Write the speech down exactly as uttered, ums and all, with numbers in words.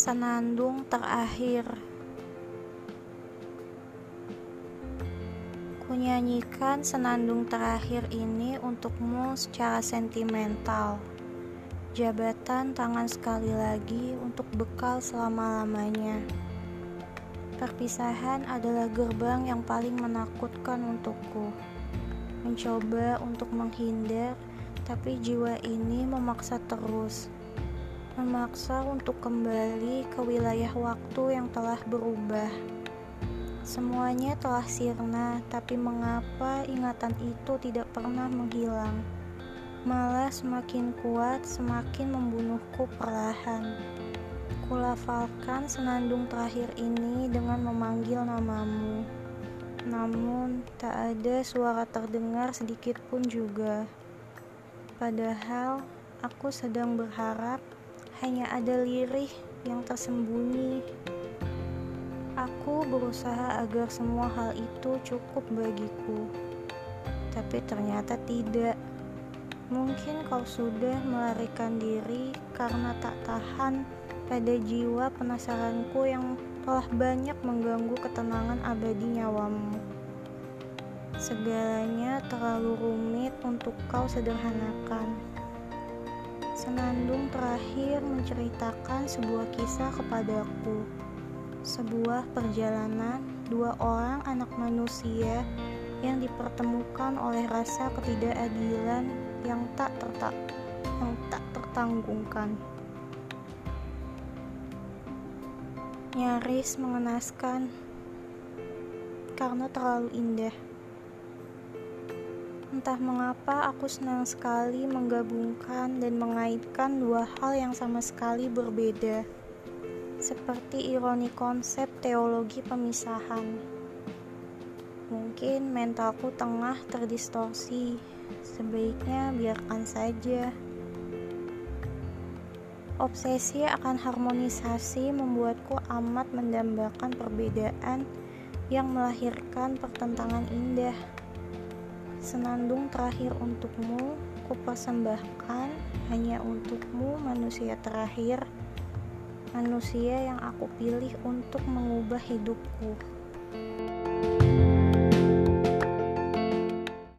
Senandung terakhir. Kunyanyikan senandung terakhir ini untukmu secara sentimental. Jabatan tangan sekali lagi untuk bekal selama-lamanya. Perpisahan adalah gerbang yang paling menakutkan untukku. Mencoba untuk menghindar, tapi jiwa ini memaksa terus. Memaksa untuk kembali ke wilayah waktu yang telah berubah. Semuanya telah sirna, tapi mengapa ingatan itu tidak pernah menghilang? Malah semakin kuat, semakin membunuhku perlahan. Kulafalkan senandung terakhir ini dengan memanggil namamu. Namun, tak ada suara terdengar sedikit pun juga. Padahal, aku sedang berharap hanya ada lirih yang tersembunyi. Aku berusaha agar semua hal itu cukup bagiku, tapi ternyata tidak. Mungkin kau sudah melarikan diri karena tak tahan pada jiwa penasaranku yang telah banyak mengganggu ketenangan abadi nyawamu. Segalanya terlalu rumit untuk kau sederhanakan. Senandung terakhir menceritakan sebuah kisah kepadaku. Sebuah perjalanan dua orang anak manusia yang dipertemukan oleh rasa ketidakadilan yang tak tertak, yang tak tertanggungkan. Nyaris mengenaskan karena terlalu indah. Entah mengapa aku senang sekali menggabungkan dan mengaitkan dua hal yang sama sekali berbeda. Seperti ironi konsep teologi pemisahan. Mungkin mentalku tengah terdistorsi. Sebaiknya biarkan saja. Obsesi akan harmonisasi membuatku amat mendambakan perbedaan yang melahirkan pertentangan indah. Senandung terakhir untukmu, kupersembahkan hanya untukmu, manusia terakhir, manusia yang aku pilih untuk mengubah hidupku.